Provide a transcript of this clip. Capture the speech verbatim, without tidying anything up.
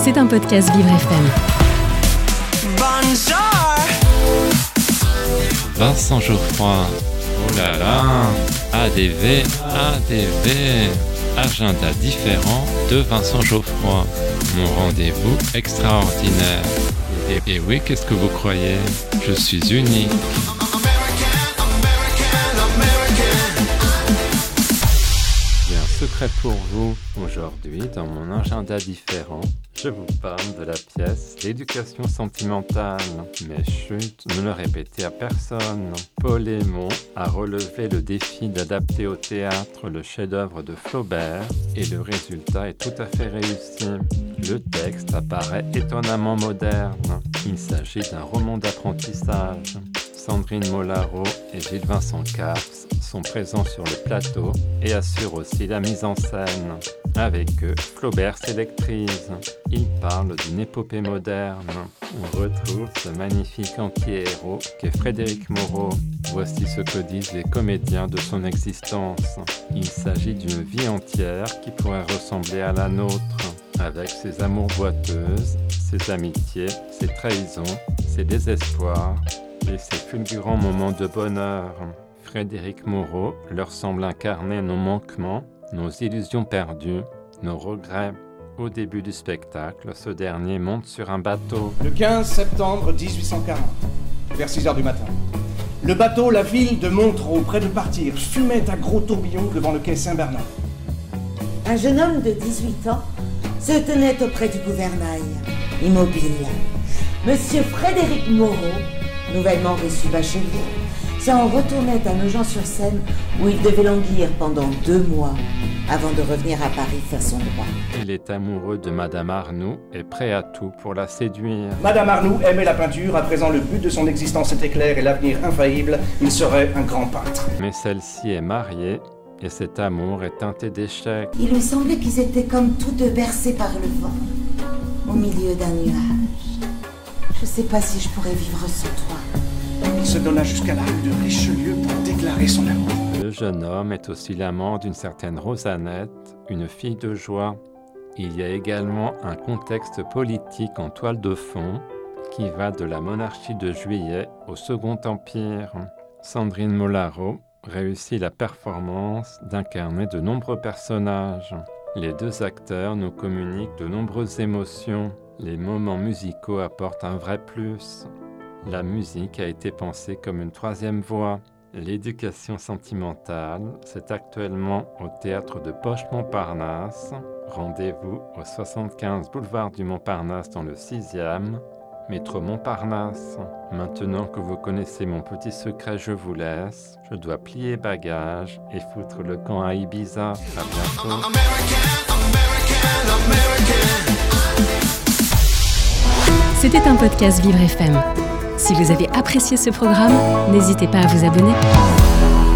C'est un podcast Vivre F M. Bonjour. Vincent Geoffroy, oh là là, A D V, A D V, agenda différent de Vincent Geoffroy, mon rendez-vous extraordinaire. Et, et oui, qu'est-ce que vous croyez? Je suis unique. J'ai un secret pour vous. Aujourd'hui, dans mon agenda différent, je vous parle de la pièce L'éducation sentimentale. Mais chut, ne le répétez à personne. Paul Émon a relevé le défi d'adapter au théâtre le chef-d'œuvre de Flaubert et le résultat est tout à fait réussi. Le texte apparaît étonnamment moderne. Il s'agit d'un roman d'apprentissage. Sandrine Molaro et Gilles-Vincent Carps sont présents sur le plateau et assurent aussi la mise en scène. Avec eux, Flaubert s'électrise. Il parle d'une épopée moderne. On retrouve ce magnifique anti-héros qu'est Frédéric Moreau. Voici ce que disent les comédiens de son existence. Il s'agit d'une vie entière qui pourrait ressembler à la nôtre, avec ses amours boiteuses, ses amitiés, ses trahisons, ses désespoirs et ses fulgurants moments de bonheur. Frédéric Moreau leur semble incarner nos manquements, nos illusions perdues, nos regrets. Au début du spectacle, ce dernier monte sur un bateau. Le quinze septembre dix-huit cent quarante, vers six heures du matin. Le bateau, la ville de Montereau, près de partir, fumait à gros tourbillons devant le quai Saint-Bernard. Un jeune homme de dix-huit ans se tenait auprès du gouvernail, immobile. Monsieur Frédéric Moreau, nouvellement reçu bachelier, s'en retournait à Nogent-sur-Seine où il devait languir pendant deux mois avant de revenir à Paris faire son droit. Il est amoureux de Madame Arnoux et prêt à tout pour la séduire. Madame Arnoux aimait la peinture, à présent le but de son existence était clair et l'avenir infaillible, il serait un grand peintre. Mais celle-ci est mariée et cet amour est teinté d'échecs. Il lui semblait qu'ils étaient comme tous deux bercés par le vent, au milieu d'un nuage. Je sais pas si je pourrais vivre sans toi. Il se donna jusqu'à la rue de Richelieu pour déclarer son amour. Le jeune homme est aussi l'amant d'une certaine Rosanette, une fille de joie. Il y a également un contexte politique en toile de fond qui va de la monarchie de Juillet au Second Empire. Sandrine Molaro réussit la performance d'incarner de nombreux personnages. Les deux acteurs nous communiquent de nombreuses émotions. Les moments musicaux apportent un vrai plus. La musique a été pensée comme une troisième voix. L'éducation sentimentale, c'est actuellement au théâtre de Poche-Montparnasse. Rendez-vous au soixante-quinze boulevard du Montparnasse dans le sixième, métro Montparnasse. Maintenant que vous connaissez mon petit secret, je vous laisse. Je dois plier bagages et foutre le camp à Ibiza. À bientôt. C'était un podcast Vivre F M. Si vous avez apprécié ce programme, n'hésitez pas à vous abonner.